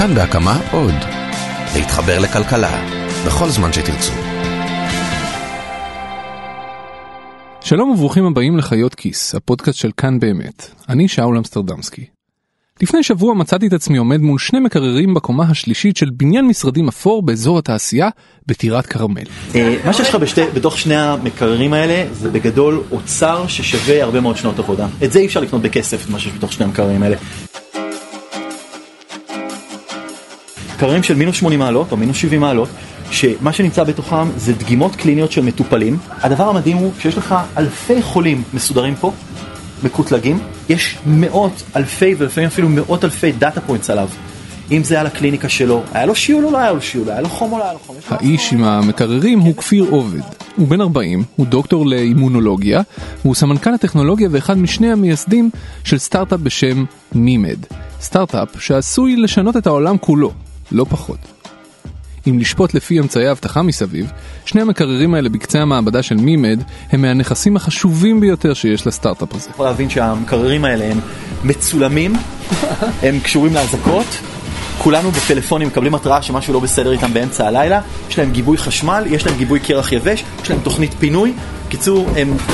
כאן בהקמה עוד. להתחבר לכלכלה, בכל זמן שתרצו. שלום וברוכים הבאים לחיות כיס, הפודקאסט של כאן באמת. אני שאול אמסטרדמסקי. לפני שבוע מצאתי את עצמי עומד מול שני מקררים בקומה השלישית של בניין משרדים אפור באזור התעשייה בטירת כרמל. מה שיש לך בתוך שני המקררים האלה זה בגדול אוצר ששווה הרבה מאוד שנות עבודה. את זה אי אפשר לקנות בכסף, מה שיש בתוך שני המקררים האלה. מקררים של מינוס 80 מעלות או מינוס 70 מעלות, שמה שנמצא בתוכם זה דגימות קליניות של מטופלים. הדבר המדהים הוא שיש לך אלפי חולים מסודרים פה, מקוטלגים, יש מאות אלפי ולפעמים אפילו מאות אלפי דאטה פוינטס עליו. אם זה על הקליניקה שלו, היה לו שיעול או לא היה לו שיעול, היה לו חום או לא היה לו חום. האיש עם המקררים הוא כפיר עובד. הוא בן 40, הוא דוקטור לאימונולוגיה, הוא סמנכ"ל הטכנולוגיה ואחד משני המייסדים של סטארט-אפ בשם מימד. סטארט-אפ שעשוי לשנות את העולם כולו, לא פחות. אם לשפוט לפי אמצעי האבטחה מסביב, שני המקררים האלה בקצה המעבדה של מימד הם מהנכסים החשובים ביותר שיש לסטארט-אפ הזה. יכול להבין שהמקררים האלה הם מצולמים, הם קשורים להזקות, כולנו בפלאפונים מקבלים התראה שמשהו לא בסדר איתם באמצע הלילה, יש להם גיבוי חשמל, יש להם גיבוי קרח יבש, יש להם תוכנית פינוי, קיצור,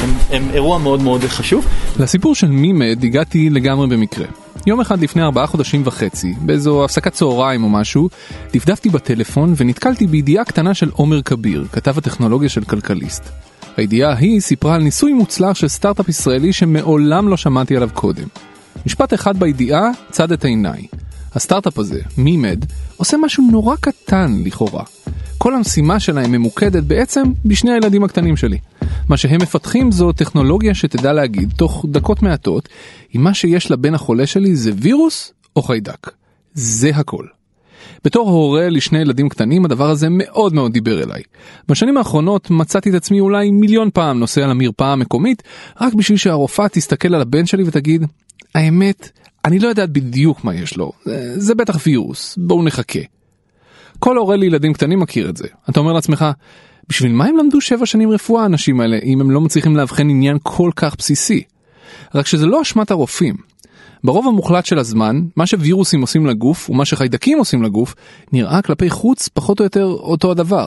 הם אירוע מאוד מאוד חשוב. לסיפור של מימד הגעתי לגמרי במקרה. יום אחד לפני 4.5 חודשים, באיזו הפסקת צהריים או משהו, דפדפתי בטלפון ונתקלתי בידיעה קטנה של עומר כביר, כתב הטכנולוגיה של כלכליסט. הידיעה היא סיפרה על ניסוי מוצלח של סטארט-אפ ישראלי שמעולם לא שמעתי עליו קודם. משפט אחד בידיעה צד את עיניי. הסטארט-אפ הזה, מימד, עושה משהו נורא קטן לכאורה. כל המשימה שלהם ממוקדת בעצם בשני הילדים הקטנים שלי. מה שהם מפתחים זו טכנולוגיה שתדע להגיד תוך דקות מעטות אם מה שיש לבן החולה שלי זה וירוס או חיידק. זה הכל. בתור הורה לשני ילדים קטנים הדבר הזה מאוד מאוד דיבר אליי. בשנים האחרונות מצאתי את עצמי אולי מיליון פעם נוסע למרפאה המקומית רק בשביל שהרופאה תסתכל על הבן שלי ותגיד, האמת, אני לא יודעת בדיוק מה יש לו. זה בטח וירוס, בואו נחכה. כל הורה לילדים קטנים מכיר את זה. אתה אומר לעצמך, בשביל מה הם למדו 7 שנים רפואה האנשים האלה, אם הם לא מצליחים להבחן עניין כל כך בסיסי? רק שזה לא אשמת הרופאים. ברוב המוחלט של הזמן, מה שווירוסים עושים לגוף, ומה שחיידקים עושים לגוף, נראה כלפי חוץ פחות או יותר אותו הדבר.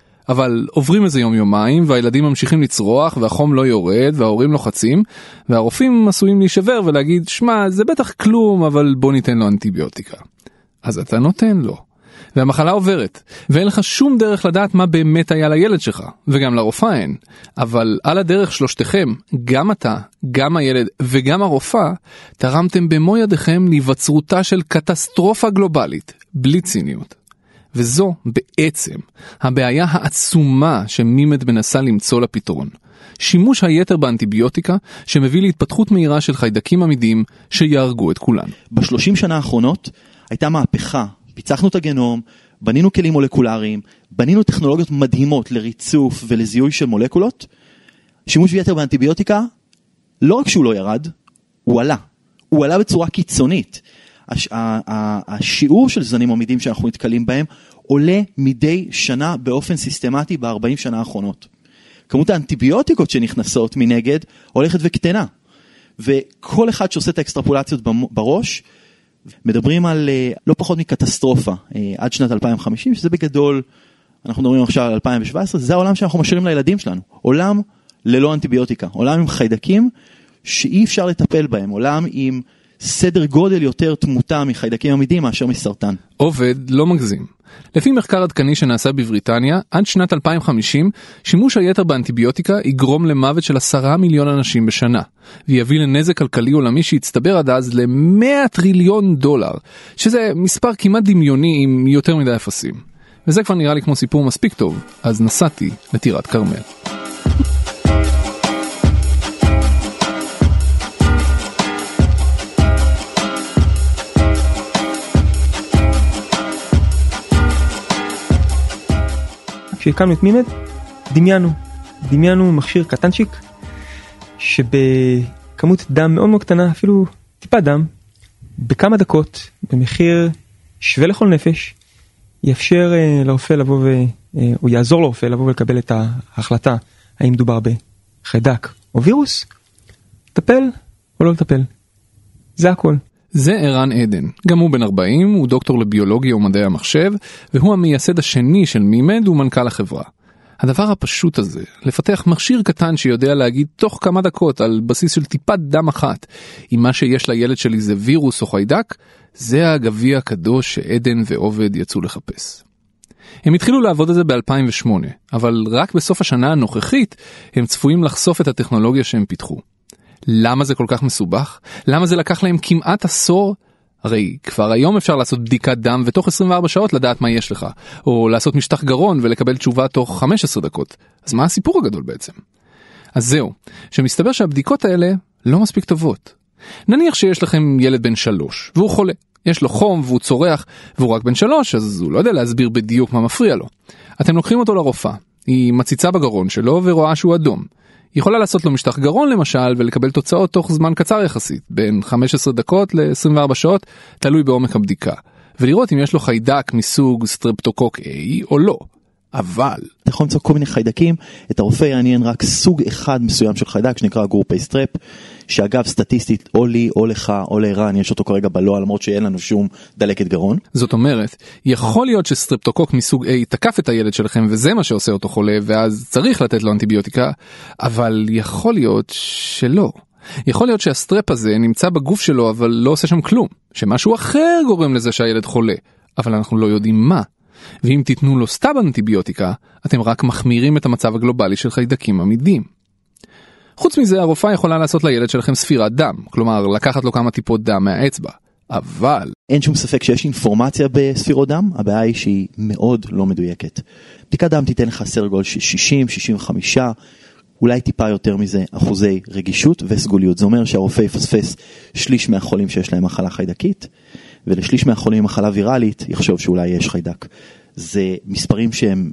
אבל עוברים איזה יום-יומיים, והילדים ממשיכים לצרוח, והחום לא יורד, וההורים לוחצים, והרופאים עשויים להישבר ולהגיד, שמע, זה בטח כלום, אבל בוא ניתן לו אנטיביוטיקה. אז אתה נותן לו. והמחלה עוברת, ואין לך שום דרך לדעת מה באמת היה לילד שלך, וגם לרופאה אין. אבל על הדרך שלושתכם, גם אתה, גם הילד וגם הרופאה, תרמתם במו ידיכם להיווצרותה של קטסטרופה גלובלית, בלי ציניות. וזו בעצם הבעיה העצומה שמימד מנסה למצוא לפתרון. שימוש היתר באנטיביוטיקה שמביא להתפתחות מהירה של חיידקים עמידים שיהרגו את כולנו. ב-30 שנה האחרונות הייתה מהפכה. פיצחנו את הגנום, בנינו כלים מולקולריים, בנינו טכנולוגיות מדהימות לריצוף ולזיהוי של מולקולות. שימוש ביתר באנטיביוטיקה, לא רק שהוא לא ירד, הוא עלה. הוא עלה בצורה קיצונית. השיעור של זנים עמידים שאנחנו נתקלים בהם, עולה מדי שנה באופן סיסטמטי ב-40 שנה האחרונות. כמות האנטיביוטיקות שנכנסות מנגד, הולכת וקטנה. וכל אחד שעושה את האקסטרפולציות בראש, מדברים על לא פחות מקטסטרופה עד שנת 2050, שזה בגדול, אנחנו מדברים עכשיו על 2017, זה העולם שאנחנו משאירים לילדים שלנו. עולם ללא אנטיביוטיקה, עולם עם חיידקים שאי אפשר לטפל בהם, עולם עם סדר גודל יותר תמותה מחיידקים עמידים מאשר מסרטן. עובד לא מגזים. לפי מחקר עדכני שנעשה בבריטניה, עד שנת 2050, שימוש היתר באנטיביוטיקה יגרום למוות של 10 מיליון אנשים בשנה, ויביא לנזק כלכלי עולמי שיצטבר עד אז ל$100 טריליון, שזה מספר כמעט דמיוני עם יותר מדי אפסים. וזה כבר נראה לי כמו סיפור מספיק טוב, אז נסעתי לטירת כרמל. כשהקמנו את מימד, דמיינו מכשיר קטנצ'יק, שבכמות דם מאוד מאוד קטנה, אפילו טיפה דם, בכמה דקות, במחיר שווה לכל נפש, יאפשר לרופא לבוא או יעזור לרופא לבוא ולקבל את ההחלטה, האם מדובר בחיידק או וירוס, לטפל או לא לטפל. זה הכל. זה ערן עדן, גם הוא בן 40, הוא דוקטור לביולוגיה ומדעי המחשב, והוא המייסד השני של מימד ומנכ"ל החברה. הדבר הפשוט הזה, לפתח מכשיר קטן שיודע להגיד תוך כמה דקות על בסיס של טיפת דם אחת, אם מה שיש לילד שלי זה וירוס או חיידק, זה הגביע הקדוש שעדן ועובד יצאו לחפש. הם התחילו לעבוד על זה ב-2008, אבל רק בסוף השנה הנוכחית הם צפויים לחשוף את הטכנולוגיה שהם פיתחו. למה זה כל כך מסובך? למה זה לקח להם כמעט עשור? הרי כבר היום אפשר לעשות בדיקת דם ותוך 24 שעות לדעת מה יש לך, או לעשות משטח גרון ולקבל תשובה תוך 15 דקות. אז מה הסיפור הגדול בעצם? אז זהו, שמסתבר שהבדיקות האלה לא מספיק טובות. נניח שיש לכם ילד בן 3, והוא חולה. יש לו חום והוא צורח, והוא רק בן 3, אז הוא לא יודע להסביר בדיוק מה מפריע לו. אתם לוקחים אותו לרופאה, היא מציצה בגרון שלו ורואה שהוא אדום. היא יכולה לעשות לו משטח גרון למשל ולקבל תוצאות תוך זמן קצר יחסית, בין 15 דקות ל-24 שעות, תלוי בעומק הבדיקה, ולראות אם יש לו חיידק מסוג סטרפטוקוק A או לא. אבל אתה יכול למצוא כל מיני חיידקים, את הרופא יעניין רק סוג אחד מסוים של חיידק שנקרא גרופי סטרפ, שאגב סטטיסטית או לי או לך או לערן יש אותו כרגע בלוע, למרות שאין לנו שום דלקת גרון. זאת אומרת, יכול להיות שסטרפטוקוק מסוג A תקף את הילד שלכם וזה מה שעושה אותו חולה ואז צריך לתת לו אנטיביוטיקה, אבל יכול להיות שלא. יכול להיות שהסטרפ הזה נמצא בגוף שלו אבל לא עושה שם כלום, שמשהו אחר גורם לזה שהילד חולה, אבל אנחנו לא יודעים מה. ואם תיתנו לו סתם אנטיביוטיקה, אתם רק מחמירים את המצב הגלובלי של חיידקים עמידים. חוץ מזה, הרופאה יכולה לעשות לילד שלכם ספירת דם, כלומר, לקחת לו כמה טיפות דם מהאצבע. אבל אין שום ספק שיש אינפורמציה בספירות דם, הבעיה היא שהיא מאוד לא מדויקת. בדיקת דם תיתן לך סדר גודל של 60, 65, אולי טיפה יותר מזה, אחוזי רגישות וסגוליות. זה אומר שהרופא יפספס שליש מהחולים שיש להם מחלה חיידקית, ולשליש מהחולים עם מחלה ויראלית יחשוב שאולי יש חיידק. זה מספרים שהם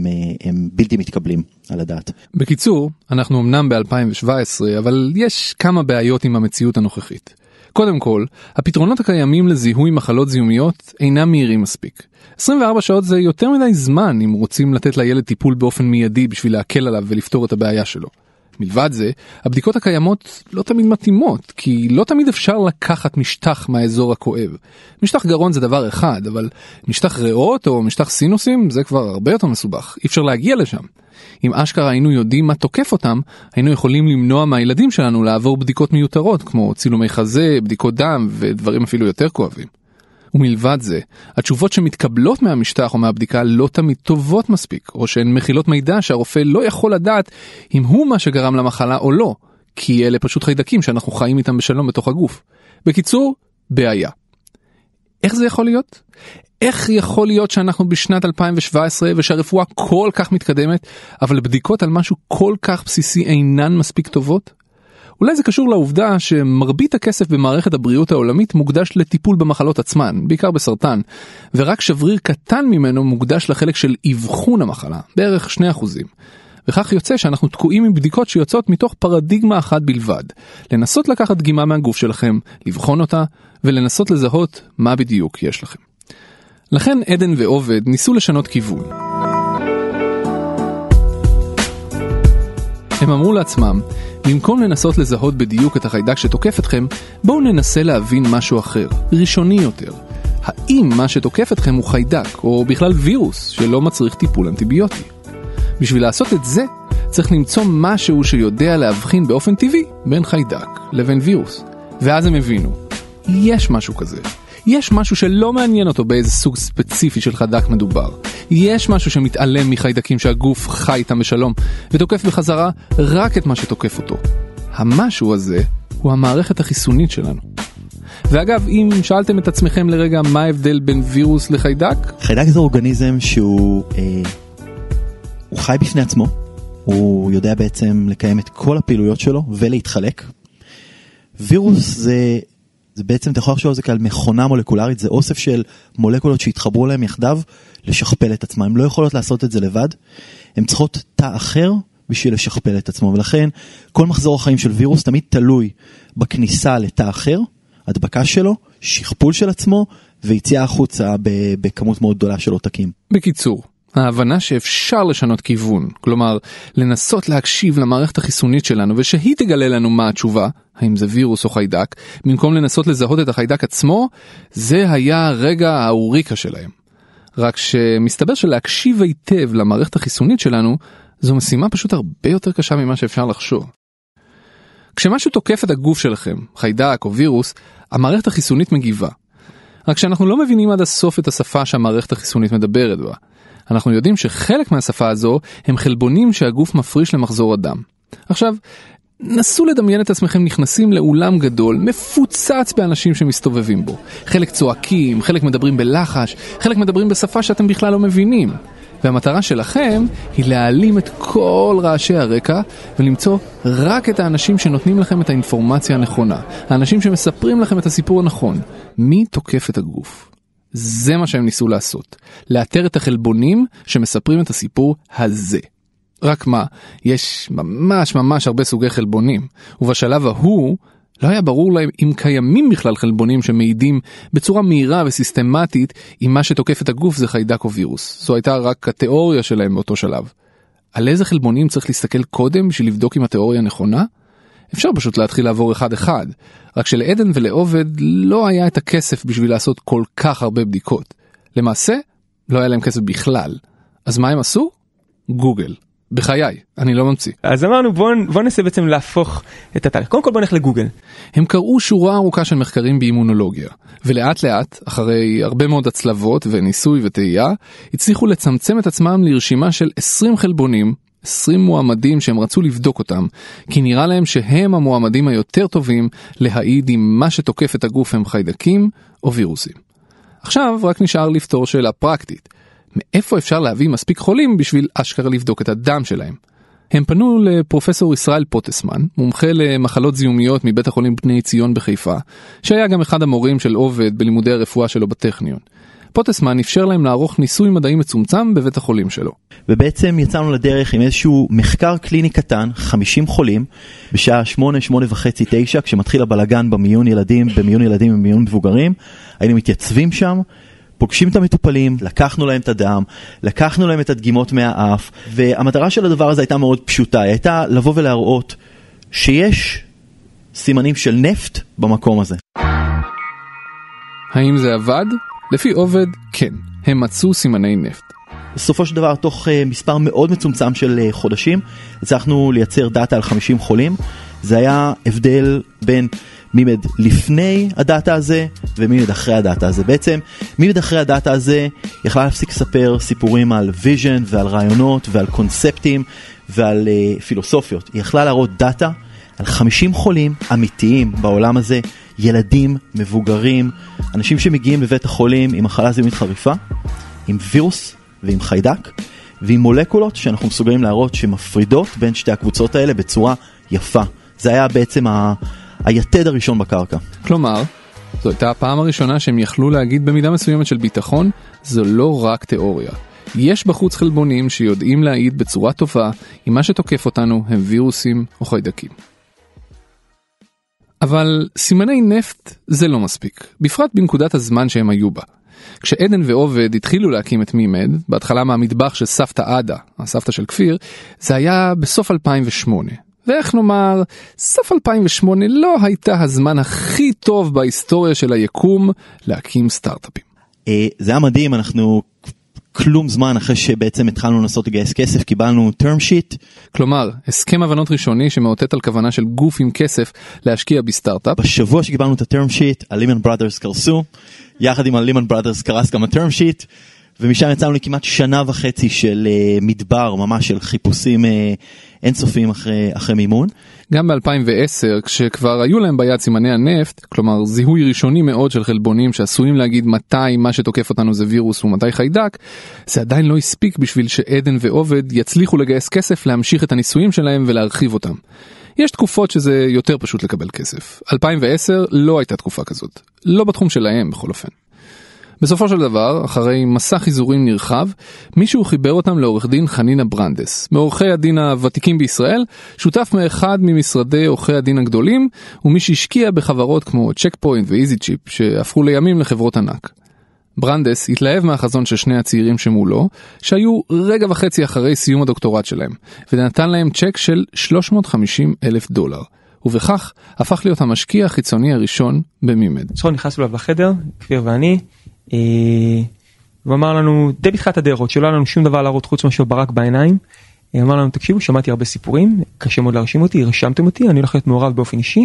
בלתי מתקבלים על הדעת. בקיצור, אנחנו אמנם ב-2017, אבל יש כמה בעיות עם המציאות הנוכחית. קודם כל, הפתרונות הקיימים לזיהוי מחלות זיהומיות אינם מהירים מספיק. 24 שעות זה יותר מדי זמן אם רוצים לתת לילד טיפול באופן מיידי בשביל להקל עליו ולפתור את הבעיה שלו. מלבד זה, הבדיקות הקיימות לא תמיד מתאימות, כי לא תמיד אפשר לקחת משטח מהאזור הכואב. משטח גרון זה דבר אחד, אבל משטח ריאות או משטח סינוסים זה כבר הרבה יותר מסובך. אי אפשר להגיע לשם. אם אשכרה היינו יודעים מה תוקף אותם, היינו יכולים למנוע מהילדים שלנו לעבור בדיקות מיותרות, כמו צילומי חזה, בדיקות דם ודברים אפילו יותר כואבים. ומלבד זה, התשובות שמתקבלות מהמשטח או מהבדיקה לא תמיד טובות מספיק, או שהן מכילות מידע שהרופא לא יכול לדעת אם הוא מה שגרם למחלה או לא, כי אלה פשוט חיידקים שאנחנו חיים איתם בשלום בתוך הגוף. בקיצור, בעיה. איך זה יכול להיות? איך יכול להיות שאנחנו בשנת 2017 ושהרפואה כל כך מתקדמת, אבל בדיקות על משהו כל כך בסיסי אינן מספיק טובות? אולי זה קשור לעובדה שמרבית הכסף במערכת הבריאות העולמית מוקדש לטיפול במחלות עצמן, בעיקר בסרטן, ורק שבריר קטן ממנו מוקדש לחלק של אבחון המחלה, בערך 2%. וכך יוצא שאנחנו תקועים עם בדיקות שיוצאות מתוך פרדיגמה אחת בלבד, לנסות לקחת דגימה מהגוף שלכם, לבחון אותה, ולנסות לזהות מה בדיוק יש לכם. לכן עדן ועובד ניסו לשנות כיוון. הם אמרו לעצמם, במקום לנסות לזהות בדיוק את החיידק שתוקף אתכם, בואו ננסה להבין משהו אחר, ראשוני יותר. האם מה שתוקף אתכם הוא חיידק, או בכלל וירוס שלא מצריך טיפול אנטיביוטי? בשביל לעשות את זה, צריך למצוא משהו שיודע להבחין באופן טבעי בין חיידק לבין וירוס. ואז הם הבינו, יש משהו כזה. יש משהו שלא מעניין אותו באיזה סוג ספציפי של חיידק מדובר. יש משהו שמתעלם מחיידקים שהגוף חי איתם בשלום, ותוקף בחזרה רק את מה שתוקף אותו. המשהו הזה הוא המערכת החיסונית שלנו. ואגב, אם שאלתם את עצמכם לרגע מה ההבדל בין וירוס לחיידק? חיידק זה אורגניזם שהוא הוא חי בפני עצמו, הוא יודע בעצם לקיים את כל הפעילויות שלו ולהתחלק. וירוס זה בעצם, אתה יכול לחשוב על זה כעל מכונה מולקולרית, זה אוסף של מולקולות שהתחברו להם יחדיו לשכפל את עצמם. הן לא יכולות לעשות את זה לבד, הן צריכות תא אחר בשביל לשכפל את עצמו, ולכן כל מחזור החיים של וירוס תמיד תלוי בכניסה לתא אחר, הדבקה שלו, שכפול של עצמו, ויציאה החוצה בכמות מאוד גדולה של עותקים. בקיצור, ההבנה שאפשר לשנות כיוון, כלומר, לנסות להקשיב למערכת החיסונית שלנו ושהיא תגלה לנו מה התשובה, האם זה וירוס או חיידק, במקום לנסות לזהות את החיידק עצמו, זה היה רגע האוריקה שלהם. רק שמסתבר שלהקשיב היטב למערכת החיסונית שלנו, זו משימה פשוט הרבה יותר קשה ממה שאפשר לחשוב. כשמשהו תוקף את הגוף שלכם, חיידק או וירוס, המערכת החיסונית מגיבה. רק שאנחנו לא מבינים עד הסוף את השפה שהמערכת החיסונית מדברת בה. אנחנו יודעים שחלק מהשפה הזו הם חלבונים שהגוף מפריש למחזור הדם. עכשיו, נסו לדמיין את עצמכם נכנסים לאולם גדול, מפוצץ באנשים שמסתובבים בו. חלק צועקים, חלק מדברים בלחש, חלק מדברים בשפה שאתם בכלל לא מבינים. והמטרה שלכם היא להעלים את כל רעשי הרקע ולמצוא רק את האנשים שנותנים לכם את האינפורמציה הנכונה. האנשים שמספרים לכם את הסיפור הנכון. מי תוקף את הגוף? זה מה שהם ניסו לעשות. לאתר את החלבונים שמספרים את הסיפור הזה. רק מה, יש ממש הרבה סוגי חלבונים, ובשלב ההוא לא היה ברור להם אם קיימים בכלל חלבונים שמעידים בצורה מהירה וסיסטמטית אם מה שתוקף את הגוף זה חיידק או וירוס. זו הייתה רק התיאוריה שלהם באותו שלב. על איזה חלבונים צריך להסתכל קודם בשביל לבדוק אם התיאוריה נכונה? אפשר פשוט להתחיל לעבור אחד. רק שלעדן ולעובד לא היה את הכסף בשביל לעשות כל כך הרבה בדיקות. למעשה, לא היה להם כסף בכלל. אז מה הם עשו? גוגל. בחיי, אני לא ממציא. אז אמרנו בוא ננסה בעצם להפוך את התהליך. קודם כל בוא נלך לגוגל. הם קראו שורה ארוכה של מחקרים באימונולוגיה, ולאט לאט, אחרי הרבה מאוד הצלבות וניסוי וטעייה, הצליחו לצמצם את עצמם לרשימה של 20 חלבונים, 20 מועמדים שהם רצו לבדוק אותם, כי נראה להם שהם המועמדים היותר טובים להעיד אם מה שתוקף את הגוף הם חיידקים או וירוסים. עכשיו רק נשאר לפתור שאלה פרקטית. מאיפה אפשר להביא מספיק חולים בשביל אשכרה לבדוק את הדם שלהם? הם פנו לפרופסור ישראל פוטסמן, מומחה למחלות זיהומיות מבית החולים בני ציון בחיפה, שהיה גם אחד המורים של עובד בלימודי הרפואה שלו בטכניון. פוטסמן אפשר להם לערוך ניסוי מדעי מצומצם בבית החולים שלו. ובעצם יצאנו לדרך עם איזשהו מחקר קליני קטן, 50 חולים, בשעה 8:30, 9, כשמתחיל הבלגן במיון ילדים ובמיון מבוגרים, היינו מתייצבים שם, פוגשים את המטופלים, לקחנו להם את הדם, לקחנו להם את הדגימות מהאף, והמטרה של הדבר הזה הייתה מאוד פשוטה, היא הייתה לבוא ולהראות שיש סימנים של נפט במקום הזה. האם זה עבד? לפי עובד, כן. הם מצאו סימני נפט. בסופו של דבר, תוך מספר מאוד מצומצם של חודשים, הצלחנו לייצר דאטה על 50 חולים. זה היה הבדל בין מימד לפני הדאטה הזה ומימד אחרי הדאטה הזה. בעצם מימד אחרי הדאטה הזה יכלה להפסיק לספר סיפורים על ויז'ן ועל רעיונות ועל קונספטים ועל פילוסופיות. היא יכלה להראות דאטה על 50 חולים אמיתיים בעולם הזה, ילדים, מבוגרים, אנשים שמגיעים לבית החולים עם מחלה זיהומית חריפה, עם וירוס ועם חיידק, ועם מולקולות שאנחנו מסוגלים להראות שמפרידות בין שתי הקבוצות האלה בצורה יפה. זה היה בעצם היתד הראשון בקרקע. כלומר, זו הייתה הפעם הראשונה שהם יכלו להגיד במידה מסוימת של ביטחון, זו לא רק תיאוריה. יש בחוץ חלבונים שיודעים להעיד בצורה טובה אם מה שתוקף אותנו הם וירוסים או חיידקים. אבל סימני נפט זה לא מספיק, בפרט בנקודת הזמן שהם היו בה. כשעדן ועובד התחילו להקים את מימד, בהתחלה מהמטבח של סבתא עדה, הסבתא של כפיר, זה היה בסוף 2008. ואיך נאמר, סוף 2008 לא הייתה הזמן הכי טוב בהיסטוריה של היקום להקים סטארט-אפים. זה היה מדהים, אנחנו כלום זמן אחרי שבעצם התחלנו לנסות לגייס כסף, קיבלנו term sheet. כלומר, הסכם הבנות ראשוני שמאותת על כוונה של גוף עם כסף להשקיע בסטארט-אפ. בשבוע שקיבלנו את ה-term sheet, ה-Lehman Brothers קרסו, יחד עם ה-Lehman Brothers קרס גם ה-term sheet, ומשם יצאנו לכמעט 1.5 שנה של מדבר, ממש של חיפושים אינסופיים אחרי מימון. גם ב-2010, כשכבר היו להם ביד סימני הנפט, כלומר זיהוי ראשוני מאוד של חלבונים שעשויים להגיד מתי מה שתוקף אותנו זה וירוס ומתי חיידק, זה עדיין לא הספיק בשביל שעדן ועובד יצליחו לגייס כסף להמשיך את הניסויים שלהם ולהרחיב אותם. יש תקופות שזה יותר פשוט לקבל כסף. 2010 לא הייתה תקופה כזאת. לא בתחום שלהם בכל אופן. בסופו של דבר, אחרי מסע חיזורים נרחב, מישהו חיבר אותם לעורך דין חנינה ברנדס, מעורכי הדין הוותיקים בישראל, שותף מאחד ממשרדי עורכי הדין הגדולים, ומי שהשקיע בחברות כמו צ'ק פוינט ואיזי צ'יפ, שהפכו לימים לחברות ענק. ברנדס התלהב מהחזון של שני הצעירים שמולו, שהיו רגע וחצי אחרי סיום הדוקטורט שלהם, ונתן להם צ'ק של $350,000, ובכך הפך להיות המשקיע החיצוני הראשון במימד. צחון נכנס אליו לחדר, כפיר ואני, ואמר לנו, די בתחילת הדרך, שלא היה לנו שום דבר להראות חוץ משהו ברק בעיניים, אמר לנו, תקשיבו, שמעתי הרבה סיפורים, קשה מאוד להרשים אותי, רשמתם אותי, אני הולך להיות מעורב באופן אישי,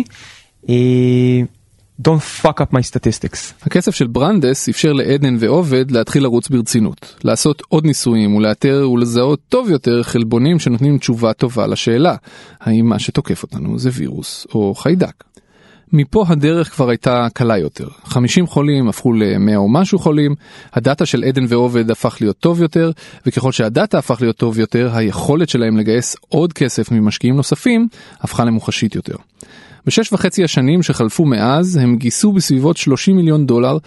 don't fuck up my statistics. הכסף של ברנדס אפשר לעדן ועובד להתחיל לרוץ ברצינות, לעשות עוד ניסויים ולאתר ולזהות טוב יותר חלבונים שנותנים תשובה טובה לשאלה, האם מה שתוקף אותנו זה וירוס או חיידק. מפה הדרך כבר הייתה קלה יותר. 50 חולים הפכו ל100 או משהו חולים, הדאטה של עדן ועובד הפך להיות טוב יותר, וככל שהדאטה הפך להיות טוב יותר, היכולת שלהם לגייס עוד כסף ממשקיעים נוספים הפכה למוחשית יותר. ב6.5 השנים שחלפו מאז, הם גייסו בסביבות $30 מיליון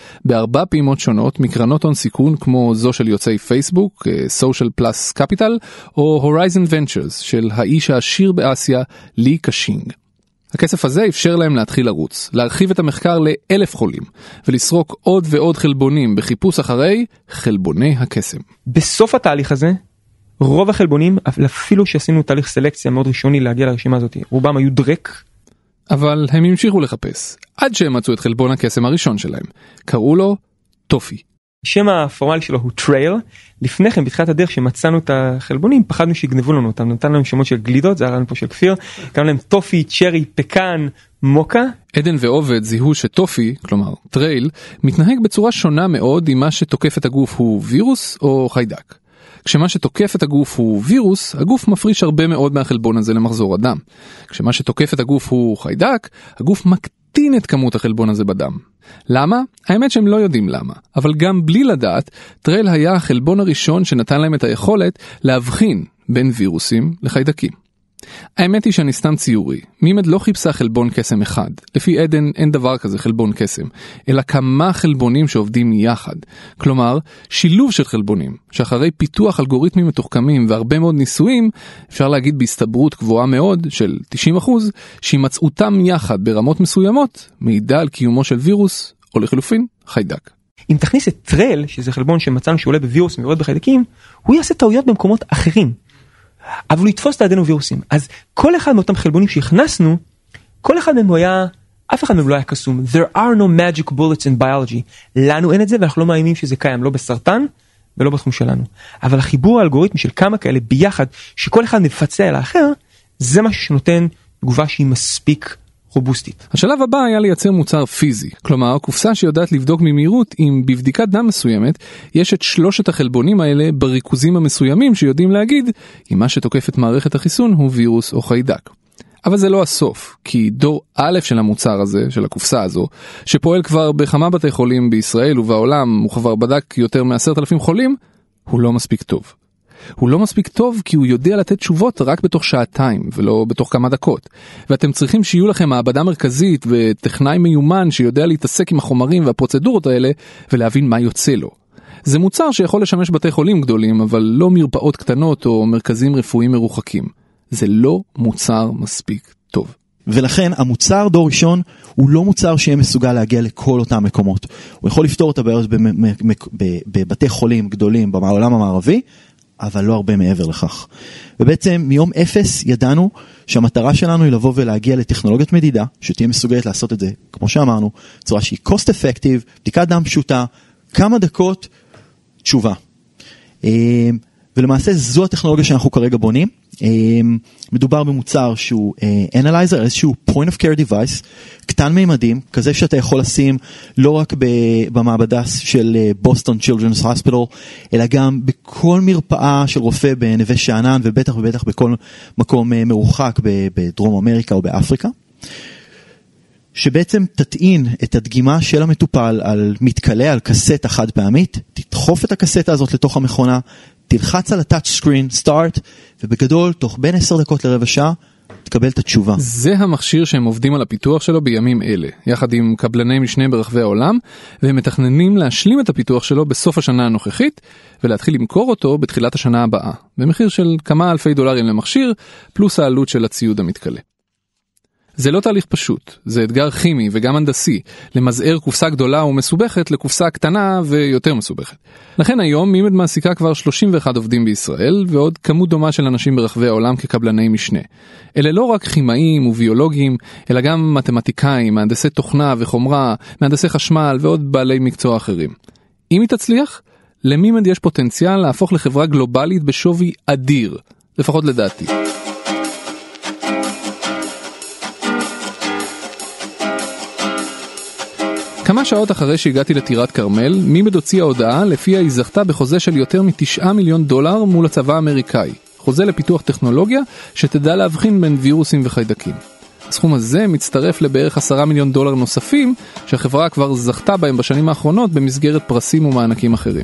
ב4 פעימות שונות, מקרנות הון סיכון כמו זו של יוצאי פייסבוק, Social Plus Capital, או Horizon Ventures של האיש העשיר באסיה, לי קשינג. הכסף הזה אפשר להם להתחיל לרוץ, להרחיב את המחקר ל1,000 חולים, ולסרוק עוד ועוד חלבונים בחיפוש אחרי חלבוני הקסם. בסוף התהליך הזה, רוב החלבונים, אפילו שעשינו תהליך סלקציה מאוד ראשוני להגיע לרשימה הזאת, רובם היו דרק, אבל הם המשיכו לחפש, עד שהם מצאו את חלבון הקסם הראשון שלהם. קראו לו טופי. השם הפורמלי שלו הוא טרייל. לפני כן, בתחילת הדרך שמצאנו את החלבונים, פחדנו שיגנבו לנו אותם. נתן להם שמות של גלידות, זה הרעיון פה של כפיר. קראנו להם טופי, צ'רי, פקן, מוקה. עדן ועובד זיהו שטופי, כלומר טרייל, מתנהג בצורה שונה מאוד אם מה שתוקף את הגוף הוא וירוס או חיידק. כשמה שתוקף את הגוף הוא וירוס, הגוף מפריש הרבה מאוד מהחלבון הזה למחזור הדם. כשמה שתוקף את הגוף הוא חיידק, הגוף מקטין את כמות החלבון הזה בדם. למה? האמת שהם לא יודעים למה. אבל גם בלי לדעת, טרייל היה החלבון הראשון שנתן להם את היכולת להבחין בין וירוסים לחיידקים. האמת היא שאני סתם ציורי. מימד לא חיפשה חלבון קסם אחד. לפי עדן אין דבר כזה חלבון קסם, אלא כמה חלבונים שעובדים יחד. כלומר, שילוב של חלבונים, שאחרי פיתוח אלגוריתמים מתוחכמים והרבה מאוד ניסויים, אפשר להגיד בהסתברות גבוהה מאוד של 90%, שימצאותם יחד ברמות מסוימות, מעידה על קיומו של וירוס, או לחלופין, חיידק. אם תכניס את טרייל, שזה חלבון שמצאנו שעולה בווירוס ויורד בחיידקים, הוא יעשה טעויות במקומות אחרים. אבל הוא יתפוס את האדנווירוסים. אז כל אחד מאותם חלבונים שהכנסנו, כל אחד מהם היה, אף אחד מהם לא היה קסום. There are no magic bullets in biology. לנו אין את זה, ואנחנו לא מאמינים שזה קיים, לא בסרטן ולא בתחום שלנו. אבל החיבור האלגוריתמי של כמה כאלה ביחד, שכל אחד מפצע על האחר, זה מה שנותן תגובה שהיא מספיק רובוסטית. השלב הבא היה לייצר מוצר פיזי, כלומר קופסה שיודעת לבדוק ממהירות אם בבדיקת דם מסוימת יש את 3 החלבונים האלה בריכוזים המסוימים שיודעים להגיד אם מה שתוקף את מערכת החיסון הוא וירוס או חיידק. אבל זה לא הסוף, כי דור א' של המוצר הזה, של הקופסה הזו, שפועל כבר בכמה בתי חולים בישראל ובעולם, הוא כבר בדק יותר מ10,000 חולים, הוא לא מספיק טוב. הוא לא מספיק טוב כי הוא יודע לתת תשובות רק בתוך שעתיים ולא בתוך כמה דקות. ואתם צריכים שיהיו לכם מעבדה מרכזית וטכנאי מיומן שיודע להתעסק עם החומרים והפרוצדורות האלה ולהבין מה יוצא לו. זה מוצר שיכול לשמש בתי חולים גדולים, אבל לא מרפאות קטנות או מרכזים רפואיים מרוחקים. זה לא מוצר מספיק טוב. ולכן המוצר דור ראשון הוא לא מוצר שיהיה מסוגל להגיע לכל אותם מקומות. הוא יכול לפתור את הבעיות בבתי חולים גדולים בעולם המערבי, אבל לא הרבה מעבר לכך. ובעצם מיום 0 ידענו שהמטרה שלנו היא לבוא ולהגיע לטכנולוגיות מדידה, שתהיה מסוגלת לעשות את זה, כמו שאמרנו, צורה שהיא cost effective, בדיקת דם פשוטה, כמה דקות, תשובה. ולמעשה זו הטכנולוגיה שאנחנו כרגע בונים. מדובר במוצר שהוא Analyzer, איזשהו point of care device, קטן מימדים, כזה שאתה יכול לשים לא רק במעבדה של בוסטון Children's Hospital, אלא גם בכל מרפאה של רופא בנווה שאנן, ובטח ובטח בכל מקום מרוחק בדרום אמריקה או באפריקה, שבעצם תטעין את הדגימה של המטופל על מתקלה, על קסטה חד פעמית, תדחוף את הקסטה הזאת לתוך המכונה, תלחץ על הטאצ' סקרין, סטארט, ובגדול, תוך בין 10 דקות לרבע שעה, תקבל את התשובה. זה המכשיר שהם עובדים על הפיתוח שלו בימים אלה, יחד עם קבלני משנה ברחבי העולם, והם מתכננים להשלים את הפיתוח שלו בסוף השנה הנוכחית, ולהתחיל למכור אותו בתחילת השנה הבאה, במחיר של כמה אלפי דולרים למכשיר, פלוס העלות של הציוד המתקלה. זה לא תהליך פשוט, זה אתגר כימי וגם הנדסי, למזער קופסה גדולה ומסובכת לקופסה קטנה ויותר מסובכת. לכן היום מימד מעסיקה כבר 31 עובדים בישראל, ועוד כמות דומה של אנשים ברחבי העולם כקבלני משנה. אלה לא רק כימאים וביולוגים, אלא גם מתמטיקאים, מהנדסי תוכנה וחומרה, מהנדסי חשמל ועוד בעלי מקצוע אחרים. אם היא תצליח, למימד יש פוטנציאל להפוך לחברה גלובלית בשווי אדיר, לפחות לדעתי. כמה שעות אחרי שהגעתי לטירת קרמל, מימד הוציאה הודעה לפיה היא זכתה בחוזה של יותר $9 מיליון מול הצבא האמריקאי. חוזה לפיתוח טכנולוגיה שתדע להבחין בין וירוסים וחיידקים. הסכום הזה מצטרף לבערך $10 מיליון נוספים שהחברה כבר זכתה בהם בשנים האחרונות במסגרת פרסים ומענקים אחרים.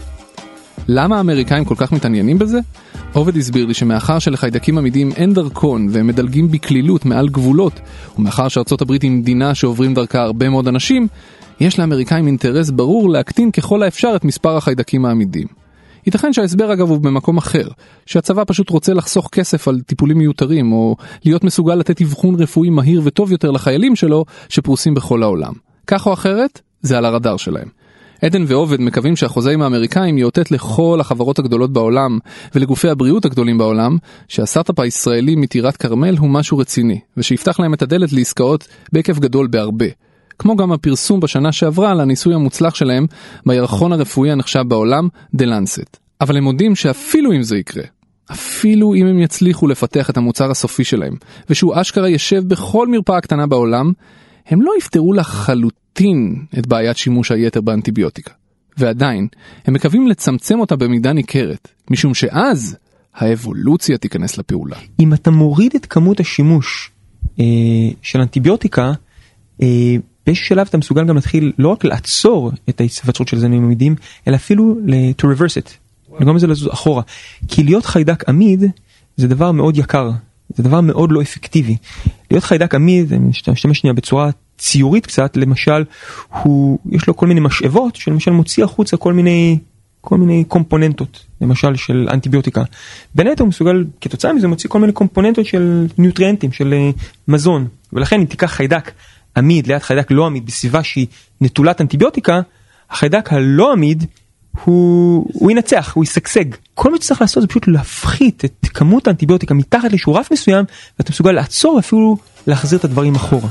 למה האמריקאים כל כך מתעניינים בזה? עובד הסביר לי שמאחר שלחיידקים עמידים אין דרכון והם מדלגים בקלילות מעל גבולות, ומאחר שארצות הברית היא מדינה שעוברים דרכה הרבה מאוד אנשים, יש לאמריקאים אינטרס ברור להקטין ככל האפשר את מספר החיידקים העמידים. ייתכן שההסבר אגב הוא במקום אחר, שהצבא פשוט רוצה לחסוך כסף על טיפולים מיותרים, או להיות מסוגל לתת אבחון רפואי מהיר וטוב יותר לחיילים שלו שפרוסים בכל העולם. כך או אחרת, זה על הרדאר שלהם. עדן ועובד מקווים שהחוזה עם האמריקאים יאותת לכל החברות הגדולות בעולם ולגופי הבריאות הגדולים בעולם שהסטארט-אפ הישראלי מטירת קרמל הוא משהו רציני ושיפתח להם את הדלת לעסקאות בהיקף גדול בהרבה. כמו גם הפרסום בשנה שעברה על הניסוי המוצלח שלהם בירחון הרפואי הנחשב בעולם, The Lancet. אבל הם מודים שאפילו אם זה יקרה, אפילו אם הם יצליחו לפתח את המוצר הסופי שלהם ושהוא אשכרה ישב בכל מרפאה קטנה בעולם, הם לא יפתרו לחלוטין את בעיית שימוש היתר באנטיביוטיקה. ועדיין, הם מקווים לצמצם אותה במידה ניכרת, משום שאז האבולוציה תיכנס לפעולה. אם אתה מוריד את כמות השימוש של אנטיביוטיקה, באיזשהו שלב אתה מסוגל גם להתחיל לא רק לעצור את ההיווצרות של זנים עמידים, אלא אפילו to reverse it. לגרום את זה לזוז אחורה. כי להיות חיידק עמיד זה דבר מאוד יקר. זה דבר מאוד לא אפקטיבי. להיות חיידק עמיד, אני משתמש שנייה בצורה ציורית קצת, למשל, יש לו כל מיני משאבות, שלמשל מוציא החוצה כל מיני קומפוננטות, למשל של אנטיביוטיקה. בין היתר הוא מסוגל, כתוצאה מזה, מוציא כל מיני קומפוננטות של ניוטריאנטים, של מזון. ולכן אם תיקח חיידק עמיד ליד חיידק לא עמיד, בסביבה שהיא נטולת אנטיביוטיקה, החיידק הלא עמיד, הוא ינצח, הוא יסגסג. כל מה שצריך לעשות זה פשוט להפחית את כמות האנטיביוטיקה מתחת לאיזשהו רף מסוים, ואתה מסוגל לעצור ואפילו להחזיר את הדברים אחורה.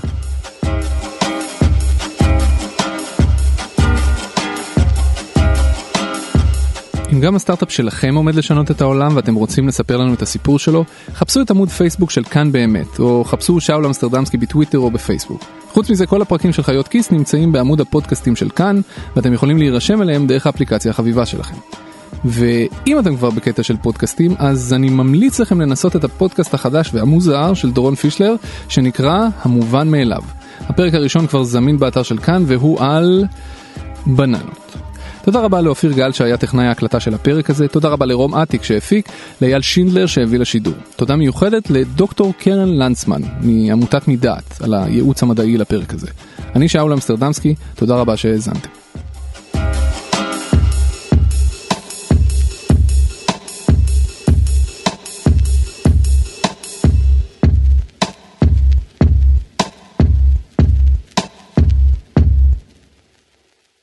אם גם הסטארט-אפ שלכם עומד לשנות את העולם ואתם רוצים לספר לנו את הסיפור שלו, חפשו את עמוד פייסבוק של כאן באמת, או חפשו שאול אמסטרדמסקי בטוויטר או בפייסבוק. חוץ מזה, כל הפרקים של חיות כיס נמצאים בעמוד הפודקאסטים של כאן, ואתם יכולים להירשם אליהם דרך האפליקציה החביבה שלכם. ואם אתם כבר בקטע של פודקאסטים, אז אני ממליץ לכם לנסות את הפודקאסט החדש והמוזר של דורון פישלר, שנקרא המובן מאליו. הפרק הראשון כבר זמין באתר של כאן, והוא על בננות. תודה רבה לאופיר גל שהיה טכנאי ההקלטה של הפרק הזה, תודה רבה לרום עתיק שהפיק, לאייל שינדלר שהביא לשידור. תודה מיוחדת לדוקטור קרן לנצמן מעמותת מדעת על הייעוץ המדעי לפרק הזה. אני שאול אמסטרדמסקי, תודה רבה שהאזנתם.